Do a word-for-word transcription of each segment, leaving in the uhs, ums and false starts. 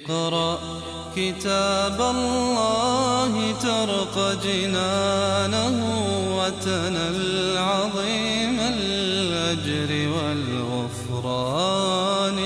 اقرأ كتاب الله ترق جنانه وتنل عظيم الأجر والغفران.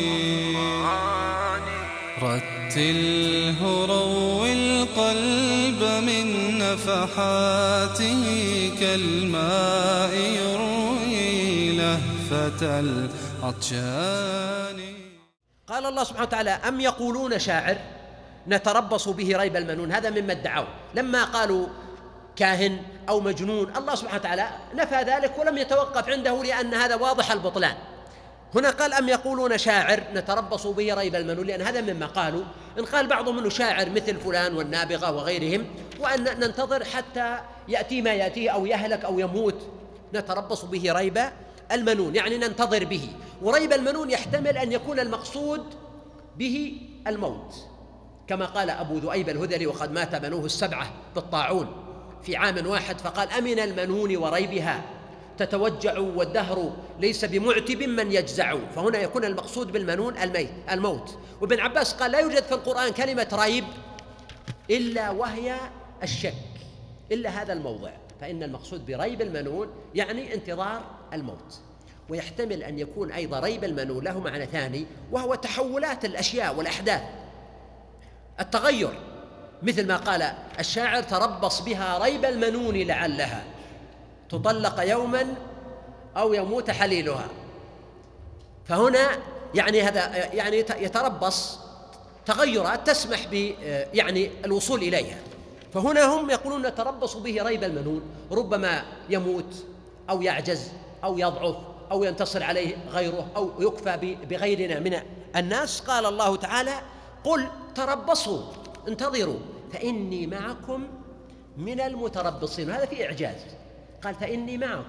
رتله روي القلب من نفحاته كالماء يروي لهفة العطشان. قال الله سبحانه وتعالى: أم يقولون شاعر نتربص به ريب المنون. هذا مما ادعوا لما قالوا كاهن أو مجنون. الله سبحانه وتعالى نفى ذلك ولم يتوقف عنده، لأن هذا واضح البطلان. هنا قال: أم يقولون شاعر نتربص به ريب المنون، لأن هذا مما قالوا. إن قال بعضهم منه شاعر مثل فلان والنابغة وغيرهم، وأن ننتظر حتى يأتي ما يأتيه أو يهلك أو يموت. نتربص به ريب المنون يعني ننتظر به. وريب المنون يحتمل أن يكون المقصود به الموت، كما قال أبو ذؤيب الهذلي: وقد مات بنوه السبعة بالطاعون في عام واحد، فقال: أمن المنون وريبها تتوجع والدهر ليس بمعتب من يجزع. فهنا يكون المقصود بالمنون الميت الموت. وابن عباس قال: لا يوجد في القرآن كلمة ريب إلا وهي الشك، إلا هذا الموضع، فإن المقصود بريب المنون يعني انتظار الموت. ويحتمل أن يكون أيضا ريب المنون له معنى ثاني، وهو تحولات الأشياء والأحداث، التغير، مثل ما قال الشاعر: تربص بها ريب المنون لعلها تطلق يوما أو يموت حليلها. فهنا يعني هذا يعني يتربص تغيرات تسمح ب يعني الوصول إليها. فهنا هم يقولون نتربص به ريب المنون، ربما يموت أو يعجز أو يضعف أو ينتصر عليه غيره أو يكفى بغيرنا من الناس. قال الله تعالى: قل تربصوا انتظروا فإني معكم من المتربصين. هذا في إعجاز، قال: فإني معكم،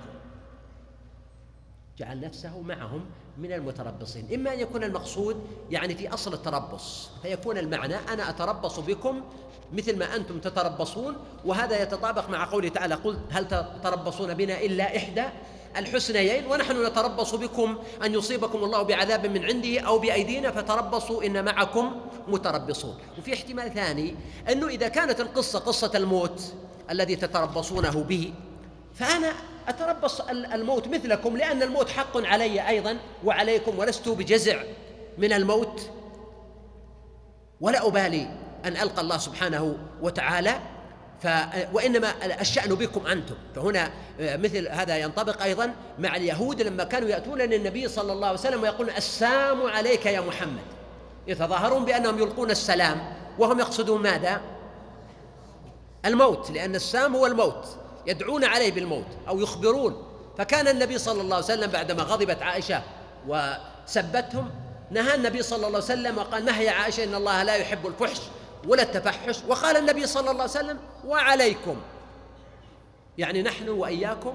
جعل نفسه معهم من المتربصين. إما أن يكون المقصود يعني في أصل التربص، فيكون المعنى أنا أتربص بكم مثل ما أنتم تتربصون، وهذا يتطابق مع قوله تعالى: قل هل تتربصون بنا إلا إحدى الحسنيين ونحن نتربص بكم أن يصيبكم الله بعذاب من عنده أو بأيدينا فتربصوا إن معكم متربصون. وفي احتمال ثاني أنه إذا كانت القصة قصة الموت الذي تتربصونه به، فأنا أتربص الموت مثلكم، لأن الموت حق علي أيضا وعليكم، ولست بجزع من الموت، ولا أبالي أن ألقى الله سبحانه وتعالى، ف... وإنما الشأن بكم أنتم. فهنا مثل هذا ينطبق أيضا مع اليهود لما كانوا يأتون للنبي صلى الله عليه وسلم ويقولون: السلام عليك يا محمد، يتظاهرون بأنهم يلقون السلام وهم يقصدون ماذا؟ الموت، لأن السلام هو الموت، يدعون عليه بالموت أو يخبرون. فكان النبي صلى الله عليه وسلم بعدما غضبت عائشة وسبتهم نهى النبي صلى الله عليه وسلم وقال: ما هي عائشة إن الله لا يحب الفحش ولا التفحش. وقال النبي صلى الله عليه وسلم: وعليكم، يعني نحن وإياكم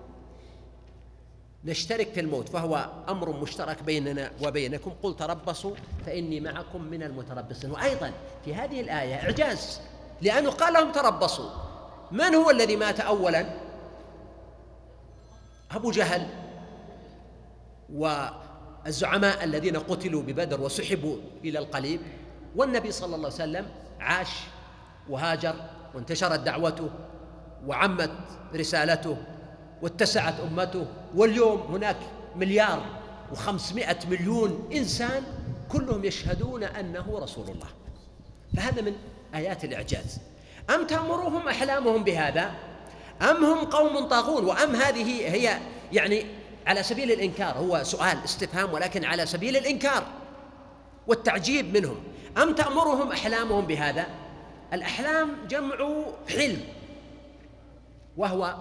نشترك في الموت، فهو أمر مشترك بيننا وبينكم. قل تربصوا فإني معكم من المتربصين. وأيضا في هذه الآية إعجاز، لأنه قال لهم تربصوا. من هو الذي مات أولا؟ أبو جهل والزعماء الذين قتلوا ببدر وسحبوا إلى القليب، والنبي صلى الله عليه وسلم عاش وهاجر وانتشرت دعوته وعمت رسالته واتسعت أمته، واليوم هناك مليار وخمسمائة مليون إنسان كلهم يشهدون أنه رسول الله. فهذا من آيات الإعجاز. أم تأمرهم أحلامهم بهذا أم هم قوم طاغون؟ وأم هذه هي يعني على سبيل الإنكار، هو سؤال استفهام ولكن على سبيل الإنكار والتعجيب منهم. أم تأمرهم أحلامهم بهذا؟ الأحلام جمع حلم، وهو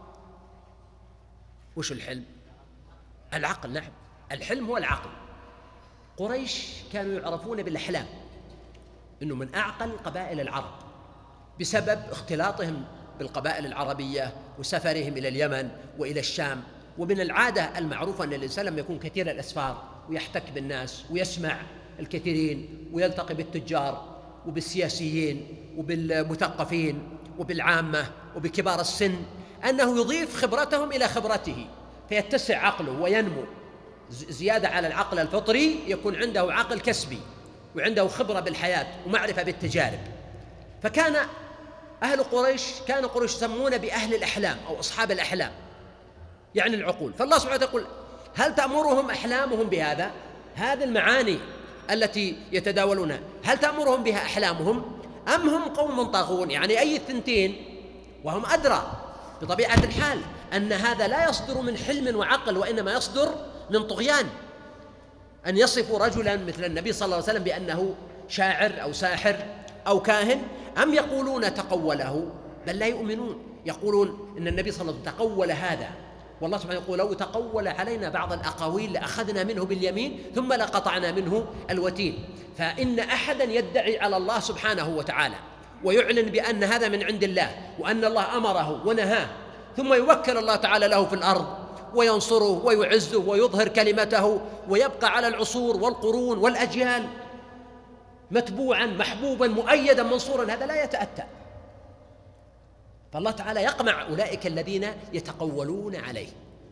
وش الحلم؟ العقل. نعم، الحلم هو العقل. قريش كانوا يعرفون بالأحلام، إنه من أعقل قبائل العرب بسبب اختلاطهم بالقبائل العربية وسفرهم إلى اليمن وإلى الشام. ومن العادة المعروفة أن الإنسان لما يكون كثير الأسفار ويحتك بالناس ويسمع الكثيرين ويلتقي بالتجار وبالسياسيين وبالمثقفين وبالعامة وبكبار السن، أنه يضيف خبرتهم إلى خبرته فيتسع عقله وينمو. زيادة على العقل الفطري يكون عنده عقل كسبي، وعنده خبرة بالحياة ومعرفة بالتجارب. فكان أهل قريش كان قريش يسمون بأهل الأحلام أو أصحاب الأحلام، يعني العقول. فالله سبحانه وتعالى يقول: هل تأمرهم أحلامهم بهذا؟ هذه المعاني التي يتداولونها هل تأمرهم بها أحلامهم أم هم قوم طاغون؟ يعني أي الثنتين، وهم أدرى بطبيعة الحال أن هذا لا يصدر من حلم وعقل، وإنما يصدر من طغيان. أن يصفوا رجلا مثل النبي صلى الله عليه وسلم بأنه شاعر أو ساحر أو كاهن، أم يقولون تقوله؟ بل لا يؤمنون، يقولون إن النبي صلى الله عليه وسلم تقول هذا، والله سبحانه يقول: لو تقول علينا بعض الأقاويل لأخذنا منه باليمين ثم لقطعنا منه الوتين. فإن أحدا يدعي على الله سبحانه وتعالى ويعلن بأن هذا من عند الله وأن الله أمره ونهاه، ثم يوكل الله تعالى له في الأرض وينصره ويعزه ويظهر كلمته ويبقى على العصور والقرون والأجيال متبوعا محبوبا مؤيدا منصورا، هذا لا يتأتى. فالله تعالى يقمع أولئك الذين يتقولون عليه.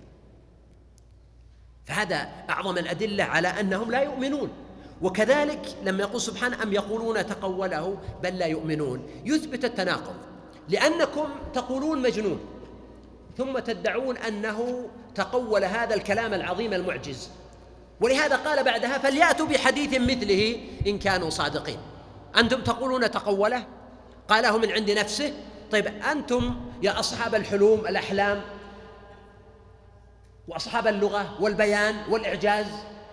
فهذا أعظم الأدلة على أنهم لا يؤمنون. وكذلك لما يقول سبحانه: أم يقولون تقوله بل لا يؤمنون، يثبت التناقض، لأنكم تقولون مجنون ثم تدعون أنه تقول هذا الكلام العظيم المعجز، ولهذا قال بعدها: فليأتوا بحديث مثله إن كانوا صادقين. أنتم تقولون تقوله، قاله من عند نفسه. طيب أنتم يا أصحاب الحلوم الأحلام وأصحاب اللغة والبيان والإعجاز،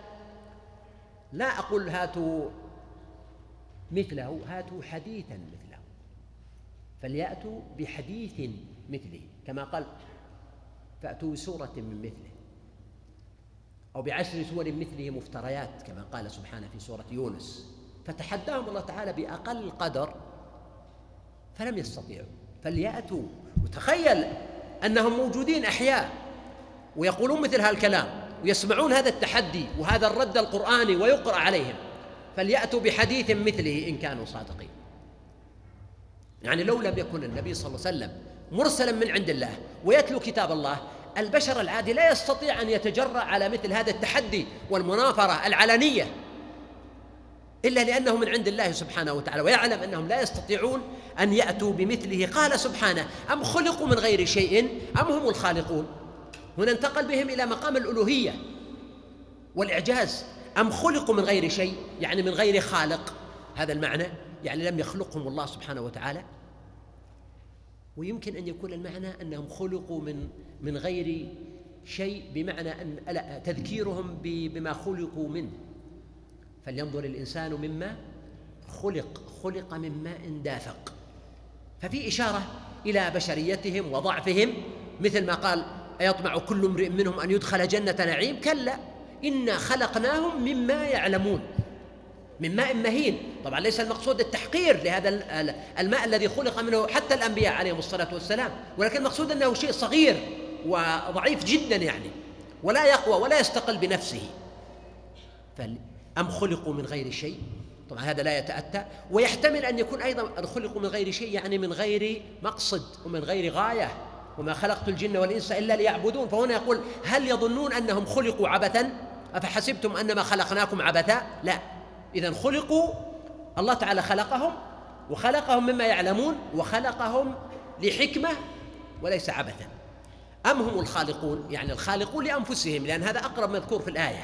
لا أقول هاتوا مثله، هاتوا حديثا مثله، فليأتوا بحديث مثله، كما قال: فأتوا سورة من مثله، أو بعشر سور مثله مفتريات، كما قال سبحانه في سورة يونس. فتحداهم الله تعالى بأقل قدر فلم يستطيعوا، فليأتوا. وتخيل أنهم موجودين أحياء ويقولون مثل هالكلام ويسمعون هذا التحدي وهذا الرد القرآني ويقرأ عليهم: فليأتوا بحديث مثله إن كانوا صادقين. يعني لو لم يكن النبي صلى الله عليه وسلم مرسلا من عند الله ويتلو كتاب الله، البشر العادي لا يستطيع أن يتجرأ على مثل هذا التحدي والمنافرة العلنية إلا لأنه من عند الله سبحانه وتعالى، ويعلم أنهم لا يستطيعون أن يأتوا بمثله. قال سبحانه: أم خلقوا من غير شيء أم هم الخالقون. هنا انتقل بهم إلى مقام الألوهية والإعجاز. أم خلقوا من غير شيء، يعني من غير خالق، هذا المعنى، يعني لم يخلقهم الله سبحانه وتعالى. ويمكن أن يكون المعنى أنهم خلقوا من من غير شيء، بمعنى أن تذكيرهم بما خلقوا منه. فلينظر الإنسان مما خلق، خلق من ماء دافق. ففي إشارة إلى بشريتهم وضعفهم، مثل ما قال: أيطمع كل امرئ منهم أن يدخل جنة نعيم؟ كلا إنا خلقناهم مما يعلمون، من ماء مهين. طبعا ليس المقصود التحقير لهذا الماء الذي خلق منه حتى الأنبياء عليهم الصلاة والسلام، ولكن المقصود أنه شيء صغير وضعيف جدا، يعني ولا يقوى ولا يستقل بنفسه. أم خلقوا من غير شيء، طبعا هذا لا يتأتى. ويحتمل أن يكون أيضا أن خلقوا من غير شيء، يعني من غير مقصد ومن غير غاية، وما خلقت الجن والإنس إلا ليعبدون. فهنا يقول: هل يظنون أنهم خلقوا عبثا؟ أفحسبتم أنما خلقناكم عبثا؟ لا، إذن خلقوا، الله تعالى خلقهم، وخلقهم مما يعلمون، وخلقهم لحكمة وليس عبثا. أم هم الخالقون، يعني الخالقون لأنفسهم، لأن هذا أقرب مذكور في الآية.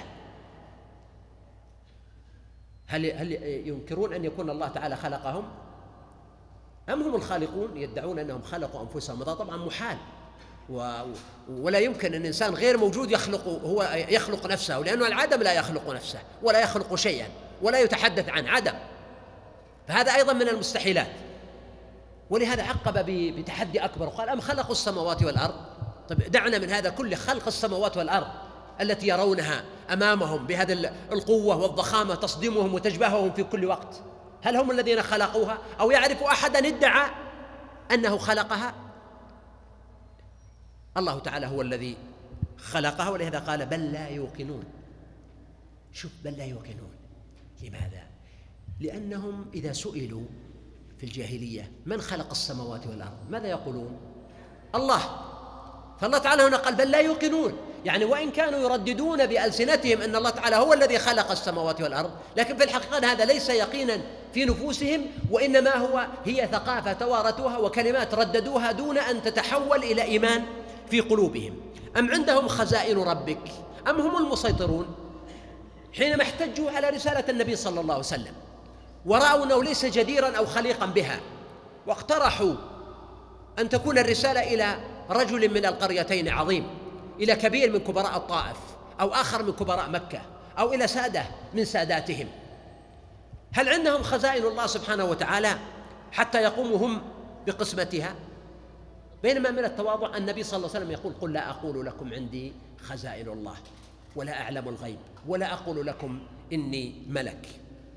هل هل ينكرون أن يكون الله تعالى خلقهم؟ أم هم الخالقون، يدعون أنهم خلقوا أنفسهم؟ هذا طبعا محال، و ولا يمكن أن إنسان غير موجود يخلق، هو يخلق نفسه، لأنه العدم لا يخلق نفسه ولا يخلق شيئا ولا يتحدث عن عدم، فهذا أيضا من المستحيلات. ولهذا عقب بتحدي أكبر وقال: أم خلقوا السماوات والأرض. طيب دعنا من هذا كله، خلق السماوات والأرض التي يرونها أمامهم بهذا القوة والضخامة تصدمهم وتجبههم في كل وقت، هل هم الذين خلقوها؟ أو يعرف أحدا ادعى أنه خلقها؟ الله تعالى هو الذي خلقها، ولهذا قال: بل لا يوقنون. شوف، بل لا يوقنون، لماذا؟ لأنهم إذا سئلوا في الجاهلية من خلق السماوات والأرض، ماذا يقولون؟ الله. فالله تعالى هنا قال: بل لا يوقنون، يعني وإن كانوا يرددون بألسنتهم أن الله تعالى هو الذي خلق السماوات والأرض، لكن في الحقيقة هذا ليس يقينا في نفوسهم، وإنما هو هي ثقافة توارثوها وكلمات رددوها دون أن تتحول إلى إيمان في قلوبهم. أم عندهم خزائن ربك أم هم المسيطرون؟ حينما احتجوا على رسالة النبي صلى الله عليه وسلم ورأوا أنه ليس جديرا أو خليقا بها، واقترحوا أن تكون الرسالة إلى رجل من القريتين عظيم، إلى كبير من كبراء الطائف، أو آخر من كبراء مكة، أو إلى سادة من ساداتهم، هل عندهم خزائن الله سبحانه وتعالى حتى يقوموا هم بقسمتها؟ بينما من التواضع النبي صلى الله عليه وسلم يقول: قل لا أقول لكم عندي خزائن الله ولا أعلم الغيب ولا أقول لكم إني ملك.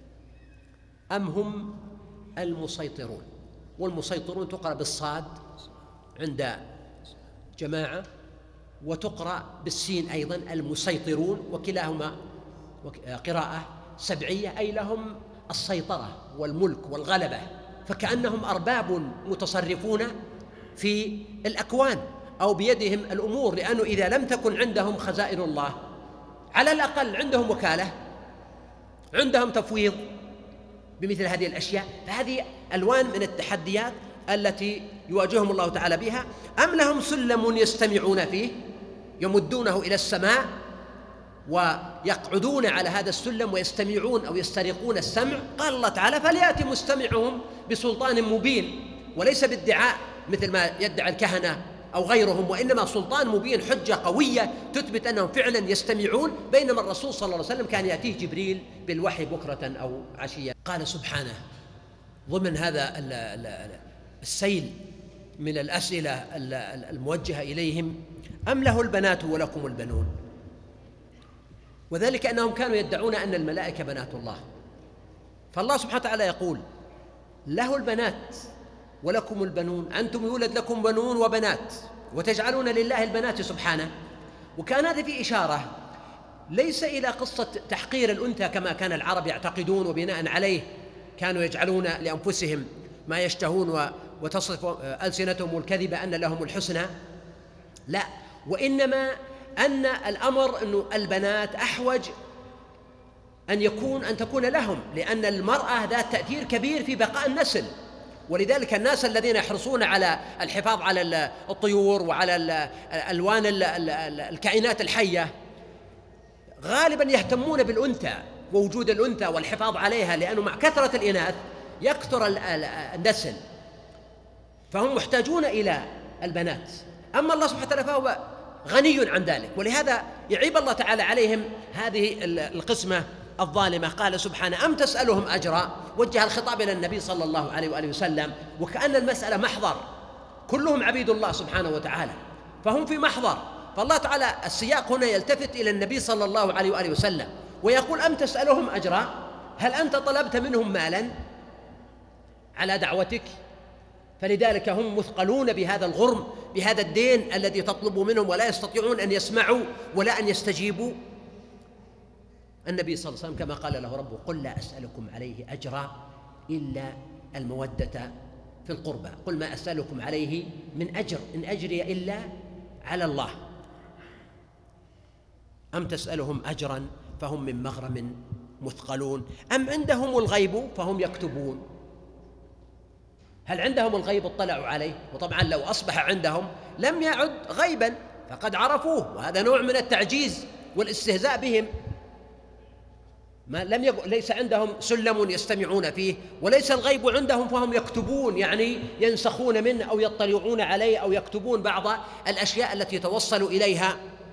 أم هم المسيطرون؟ والمسيطرون تقرأ بالصاد عند جماعة، وتقرأ بالسين أيضا المسيطرون، وكلاهما قراءة سبعية، أي لهم السيطرة والملك والغلبة، فكأنهم أرباب متصرفون في الأكوان أو بيدهم الأمور، لأنه إذا لم تكن عندهم خزائن الله على الأقل عندهم وكالة، عندهم تفويض بمثل هذه الأشياء. فهذه ألوان من التحديات التي يواجههم الله تعالى بها. أم لهم سلم يستمعون فيه يمدونه إلى السماء ويقعدون على هذا السلم ويستمعون أو يسترقون السمع؟ قال الله تعالى: فليأتي مستمعهم بسلطان مبين، وليس بادعاء مثل ما يدعي الكهنة أو غيرهم، وإنما سلطان مبين، حجة قوية تثبت أنهم فعلا يستمعون، بينما الرسول صلى الله عليه وسلم كان يأتيه جبريل بالوحي بكرة أو عشية. قال سبحانه ضمن هذا السيل من الأسئلة الموجهة إليهم: أم له البنات ولكم البنون؟ وذلك أنهم كانوا يدعون أن الملائكة بنات الله، فالله سبحانه وتعالى يقول: له البنات ولكم البنون، أنتم يولد لكم بنون وبنات وتجعلون لله البنات سبحانه. وكان هذا في إشارة ليس إلى قصة تحقير الأنثى كما كان العرب يعتقدون، وبناء عليه كانوا يجعلون لأنفسهم ما يشتهون وتصف ألسنتهم الكذبة أن لهم الحسنى، لا، وإنما أن الأمر أن البنات أحوج أن يكون أن تكون لهم، لأن المرأة ذات تأثير كبير في بقاء النسل. ولذلك الناس الذين يحرصون على الحفاظ على الطيور وعلى ألوان الكائنات الحية غالبا يهتمون بالأنثى ووجود الأنثى والحفاظ عليها، لأنه مع كثرة الإناث يكثر النسل، فهم محتاجون إلى البنات. أما الله سبحانه وتعالى فهو غني عن ذلك، ولهذا يعيب الله تعالى عليهم هذه القسمة الظالمة. قال سبحانه: أم تسألهم أجرا؟ وجه الخطاب إلى النبي صلى الله عليه وآله وسلم، وكأن المسألة محضر، كلهم عبيد الله سبحانه وتعالى، فهم في محضر. فالله تعالى السياق هنا يلتفت إلى النبي صلى الله عليه وآله وسلم ويقول: أم تسألهم أجرا؟ هل أنت طلبت منهم مالا على دعوتك؟ فلذلك هم مثقلون بهذا الغرم، بهذا الدين الذي تطلب منهم، ولا يستطيعون أن يسمعوا ولا أن يستجيبوا. النبي صلى الله عليه وسلم كما قال له ربه: قل لا أسألكم عليه أجرا إلا المودة في القربى، قل ما أسألكم عليه من أجر إن أجري إلا على الله. أم تسألهم أجرا فهم من مغرم مثقلون، أم عندهم الغيب فهم يكتبون؟ هل عندهم الغيب اطلعوا عليه؟ وطبعا لو أصبح عندهم لم يعد غيبا، فقد عرفوه، وهذا نوع من التعجيز والاستهزاء بهم. ما لم يق... ليس عندهم سلم يستمعون فيه، وليس الغيب عندهم فهم يكتبون، يعني ينسخون منه أو يطلعون عليه أو يكتبون بعض الأشياء التي توصلوا إليها.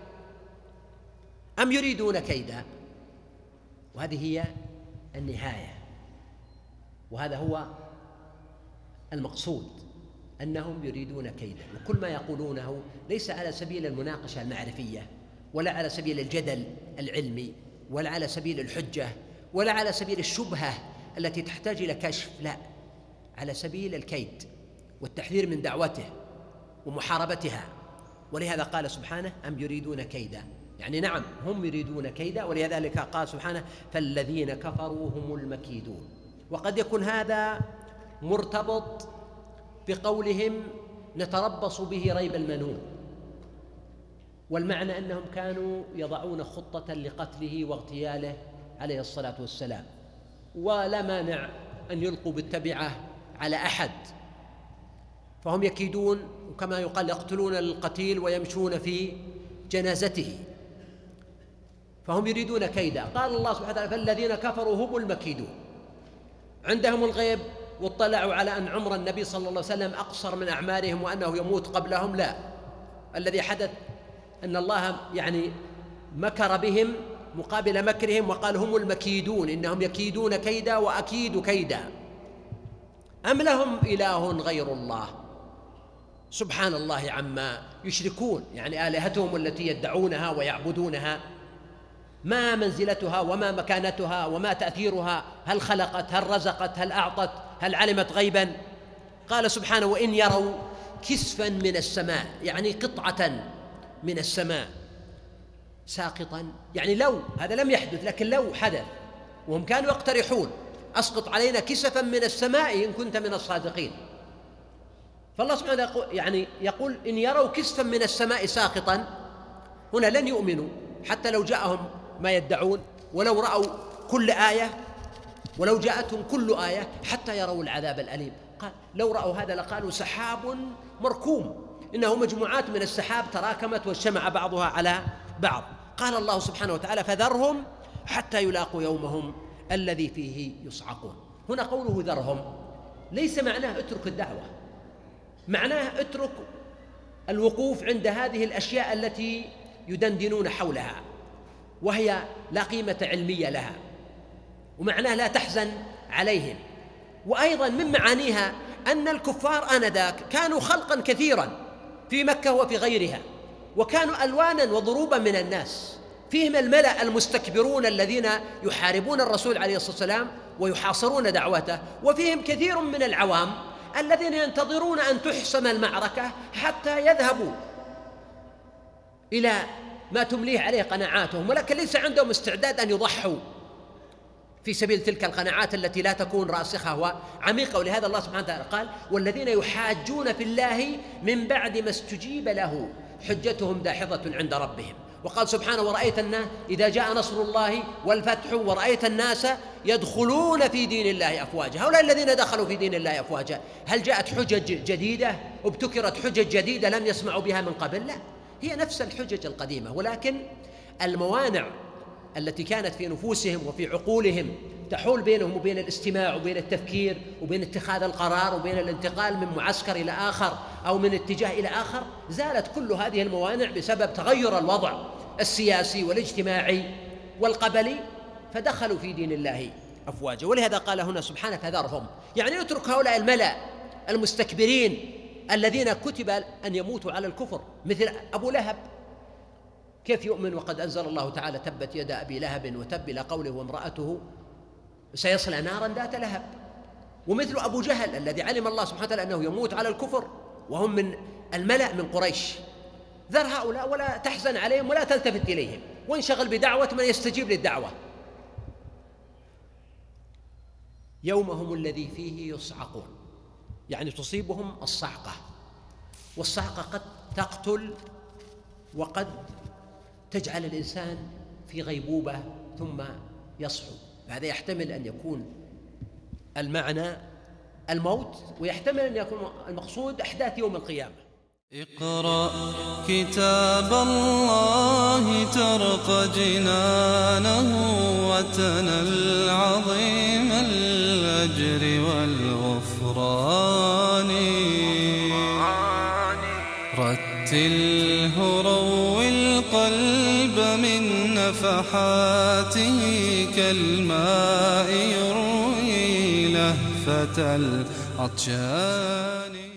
أم يريدون كيدا؟ وهذه هي النهاية، وهذا هو المقصود، أنهم يريدون كيدا. وكل ما يقولونه ليس على سبيل المناقشة المعرفية، ولا على سبيل الجدل العلمي، ولا على سبيل الحجة، ولا على سبيل الشبهة التي تحتاج إلى كشف، لا، على سبيل الكيد والتحذير من دعوته ومحاربتها. ولهذا قال سبحانه: أم يريدون كيدا، يعني نعم هم يريدون كيدا، ولذلك قال سبحانه: فالذين كفروا هم المكيدون. وقد يكون هذا مرتبط بقولهم: نتربص به ريب المنون، والمعنى أنهم كانوا يضعون خطة لقتله واغتياله عليه الصلاة والسلام، ولا مانع أن يلقوا بالتبعة على أحد، فهم يكيدون، وكما يقال يقتلون القتيل ويمشون في جنازته، فهم يريدون كيدا. قال الله سبحانه وتعالى: فالذين كفروا هم المكيدون. عندهم الغيب واطلعوا على أن عمر النبي صلى الله عليه وسلم أقصر من أعمارهم وأنه يموت قبلهم، لا، الذي حدث أن الله يعني مكر بهم مقابل مكرهم وقال: هم المكيدون، إنهم يكيدون كيدا وأكيد كيدا. أم لهم إله غير الله؟ سبحان الله عما يشركون، يعني آلهتهم التي يدعونها ويعبدونها ما منزلتها وما مكانتها وما تأثيرها؟ هل خلقت؟ هل رزقت؟ هل أعطت؟ هل علمت غيبا؟ قال سبحانه: وإن يروا كسفا من السماء، يعني قطعة من السماء ساقطا، يعني لو، هذا لم يحدث لكن لو حدث، وهم كانوا يقترحون: أسقط علينا كسفا من السماء إن كنت من الصادقين. فالله سبحانه يقول يعني يقول إن يروا كسفا من السماء ساقطا، هنا لن يؤمنوا حتى لو جاءهم ما يدعون، ولو رأوا كل آية، ولو جاءتهم كل آية، حتى يروا العذاب الأليم. قال: لو رأوا هذا لقالوا سحاب مركوم، إنه مجموعات من السحاب تراكمت واجتمع بعضها على بعض. قال الله سبحانه وتعالى: فذرهم حتى يلاقوا يومهم الذي فيه يصعقون. هنا قوله ذرهم ليس معناه اترك الدعوة، معناه اترك الوقوف عند هذه الأشياء التي يدندنون حولها وهي لا قيمة علمية لها، ومعناه لا تحزن عليهم. وأيضا من معانيها أن الكفار آنذاك كانوا خلقا كثيرا في مكة وفي غيرها، وكانوا ألوانا وضروبا من الناس، فيهم الملأ المستكبرون الذين يحاربون الرسول عليه الصلاة والسلام ويحاصرون دعوته، وفيهم كثير من العوام الذين ينتظرون أن تحسم المعركة حتى يذهبوا إلى ما تمليه عليه قناعاتهم، ولكن ليس عندهم استعداد أن يضحوا في سبيل تلك القناعات التي لا تكون راسخة وعميقة. ولهذا الله سبحانه وتعالى قال: والذين يحاجون في الله من بعد ما استجيب له حجتهم داحضة عند ربهم. وقال سبحانه: ورأيت الناس إذا جاء نصر الله والفتح ورأيت الناس يدخلون في دين الله أفواجا. هؤلاء الذين دخلوا في دين الله أفواجا، هل جاءت حجج جديدة وابتكرت حجج جديدة لم يسمعوا بها من قبل؟ لا، هي نفس الحجج القديمة، ولكن الموانع التي كانت في نفوسهم وفي عقولهم تحول بينهم وبين الاستماع وبين التفكير وبين اتخاذ القرار وبين الانتقال من معسكر إلى آخر أو من اتجاه إلى آخر، زالت كل هذه الموانع بسبب تغير الوضع السياسي والاجتماعي والقبلي، فدخلوا في دين الله أفواجا. ولهذا قال هنا سبحانه: فذرهم، يعني اترك هؤلاء الملأ المستكبرين الذين كتب أن يموتوا على الكفر، مثل أبو لهب. كيف يؤمن وقد أنزل الله تعالى: تبت يد أبي لهب وتب، إلى قوله: وامرأته سيصلى نارا ذات لهب. ومثل أبو جهل الذي علم الله سبحانه وتعالى أنه يموت على الكفر، وهم من الملأ من قريش. ذر هؤلاء ولا تحزن عليهم ولا تلتفت إليهم، وانشغل بدعوة من يستجيب للدعوة. يومهم الذي فيه يصعقون، يعني تصيبهم الصعقة، والصعقة قد تقتل وقد تجعل الإنسان في غيبوبة ثم يصحو. هذا يحتمل أن يكون المعنى الموت، ويحتمل أن يكون المقصود أحداث يوم القيامة. اقرأ كتاب الله ترق جنانه وتنل عظيم الأجر والغفران، رتله روي القلب من نفحاته كالماء يروي لهفة العطشان.